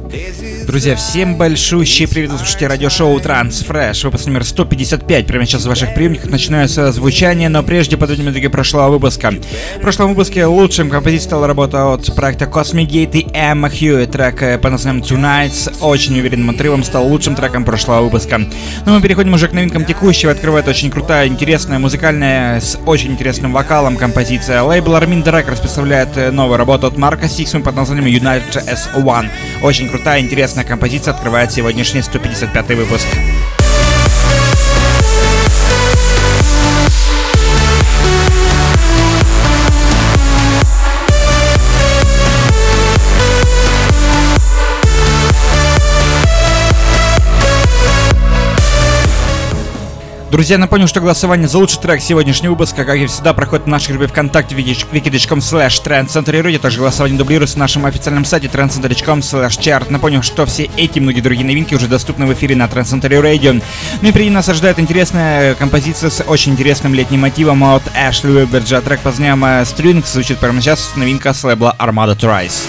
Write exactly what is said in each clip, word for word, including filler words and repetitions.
Друзья, всем большущий привет, вы слушаете радиошоу Transfresh, выпуск номер сто пятьдесят пять. Прямо сейчас в ваших приемниках начинается звучание, но прежде подведем итоги прошлого выпуска. В прошлом выпуске лучшим композицией стала работа от проекта Cosmic Gate и Emma Hewitt. Трек под названием Tonight с очень уверенным отрывом стал лучшим треком прошлого выпуска. Но мы переходим уже к новинкам текущего. Открывает очень крутая, интересная, музыкальная, с очень интересным вокалом композиция. Лейбл Armin Records представляет новую работу от Марка Сиксмана под названием United as One. Очень крутая, интересная композиция открывает сегодняшний сто пятьдесят пятый выпуск. Друзья, напомню, что голосование за лучший трек сегодняшнего выпуска, как и всегда, проходит в нашей группе ВКонтакте wiki точка com слэш trendcenter.ru. Также голосование дублируется на нашем официальном сайте trendcenter точка com слэш chart. Напомню, что все эти и многие другие новинки уже доступны в эфире на Trendcenter Radio. Ну и впереди нас ожидает интересная композиция с очень интересным летним мотивом от Эшли Уэбберджа. Трек под названием Strings звучит прямо сейчас, новинка с лейбла Armada Twice.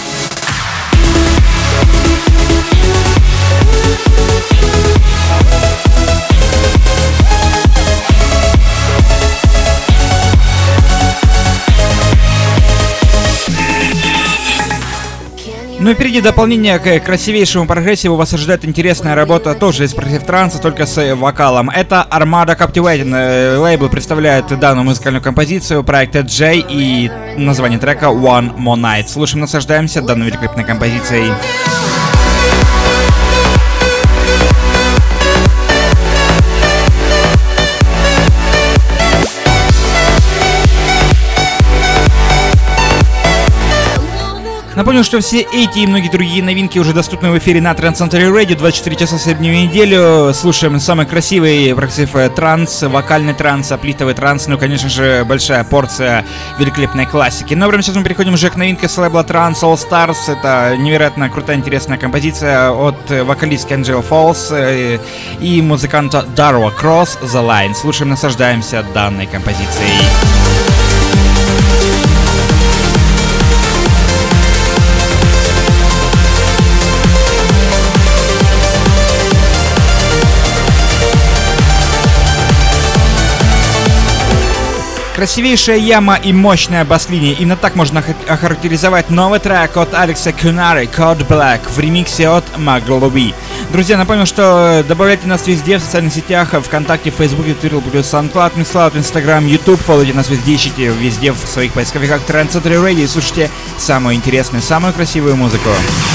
Ну и впереди дополнение к красивейшему прогрессиву вас ожидает интересная работа тоже из против транса, только с вокалом. Это Armada Captivating. Лейбл представляет данную музыкальную композицию проекта J и название трека One More Night. Слушаем, наслаждаемся данной великолепной композицией. Напомню, что все эти и многие другие новинки уже доступны в эфире на Trendcenter Radio двадцать четыре часа среднюю неделю. Слушаем самый красивый прогрессив транс, вокальный транс, аплитовый транс, ну, конечно же, большая порция великолепной классики. Но прямо сейчас мы переходим уже к новинке с лейбла Trans All Stars. Это невероятно крутая, интересная композиция от вокалистки Angel Falls и музыканта Darwa Cross The Line. Слушаем, наслаждаемся данной композицией. Красивейшая яма и мощная бас-линия. Именно так можно охарактеризовать новый трек от Алекса Кунари Code Black в ремиксе от Maglobi. Друзья, напомню, что добавляйте нас везде в социальных сетях, ВКонтакте, Фейсбуке, Твиттер, SoundCloud, Mixcloud, Instagram, YouTube. Фолловите нас везде, ищите везде в своих поисковиках Trendcenter Radio и слушайте самую интересную, самую красивую музыку.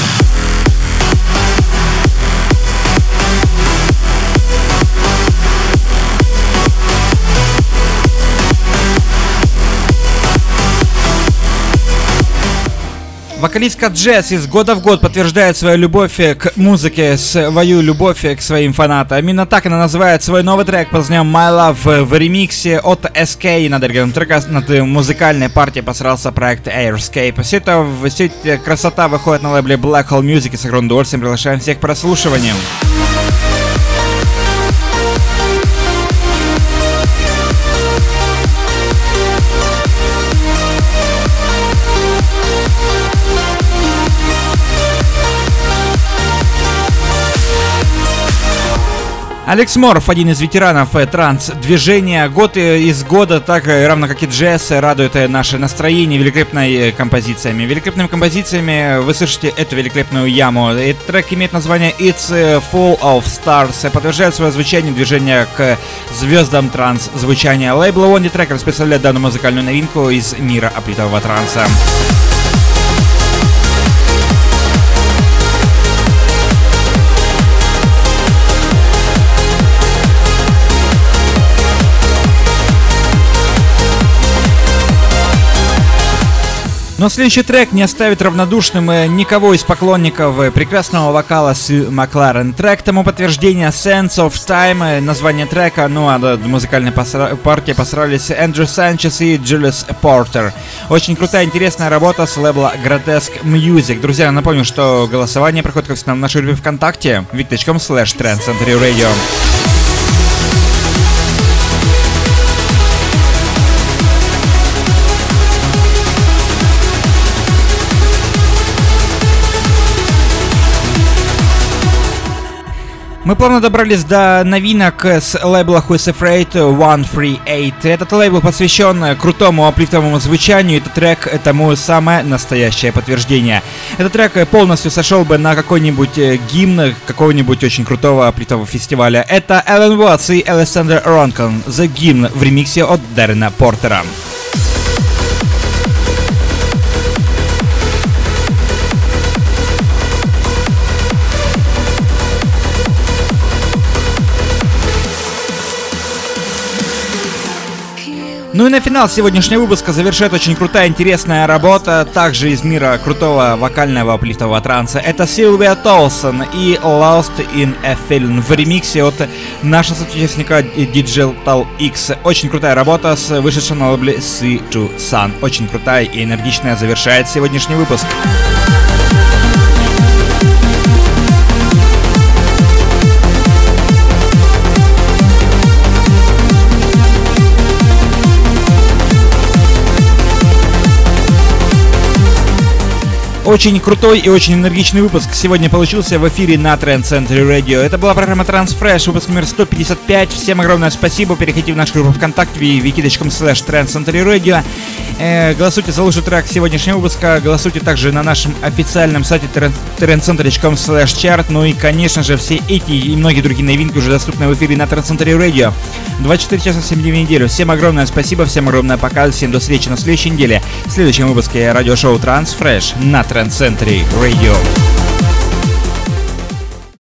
Вокалистка Джесс из года в год подтверждает свою любовь к музыке, свою любовь к своим фанатам. Именно так она называет свой новый трек под названием My Love в ремиксе от эс кей. Над оригинальным треком, над музыкальной партией посрался проект Airscape. Все это, все эта красота выходит на лейбле Black Hole Music, и с огромным удовольствием приглашаем всех к прослушиванию. Алекс Морф, один из ветеранов транс-движения, год из года, так равно как и Джесс, радует наше настроение великолепными композициями. Великолепными композициями вы слышите эту великолепную яму. Этот трек имеет название It's Full of Stars, подтверждает свое звучание, движение к звездам транс-звучания. Лейбл One Trackers представляет данную музыкальную новинку из мира аплитового транса. Но следующий трек не оставит равнодушным никого из поклонников прекрасного вокала Сью Макларен. Трек тому подтверждение Sense of Time, название трека, ну а до музыкальной посра- партии посрались Эндрю Санчес и Джулиус Портер. Очень крутая, интересная работа с лейбла Grotesque Music. Друзья, напомню, что голосование проходит, как всегда, в нашей группе ВКонтакте wiki точка com слэш trendcenter radio. Мы плавно добрались до новинок с лейбла Who is Afraid сто тридцать восемь. Этот лейбл посвящен крутому аплифтовому звучанию. Этот трек тому самое настоящее подтверждение. Этот трек полностью сошел бы на какой-нибудь гимн какого-нибудь очень крутого аплифтового фестиваля. Это Эллен Уотс и Александр Ронкон, The Gimn в ремиксе от Даррена Портера. Ну и на финал сегодняшнего выпуска завершает очень крутая, интересная работа, также из мира крутого вокального аплифтового транса. Это Сильвия Толсон и Lost in a Feeling в ремиксе от нашего соотечественника Digital X. Очень крутая работа с вышедшей на лейбле Sea to Sun. Очень крутая и энергичная завершает сегодняшний выпуск. Очень крутой и очень энергичный выпуск сегодня получился в эфире на Trance Century Radio. Это была программа Transfresh, выпуск номер сто пятьдесят пять. Всем огромное спасибо. Переходите в нашу группу ВКонтакте wiki точка com слэш Trance Century Radio. Э, голосуйте за лучший трек сегодняшнего выпуска. Голосуйте также на нашем официальном сайте трance центр точка com слэш чарт. Ну и, конечно же, все эти и многие другие новинки уже доступны в эфире на Trance Century Radio. двадцать четыре часа семь дней в неделю. Всем огромное спасибо, всем огромное пока. Всем до встречи на следующей неделе. В следующем выпуске радиошоу Transfresh на Trance Century Radio.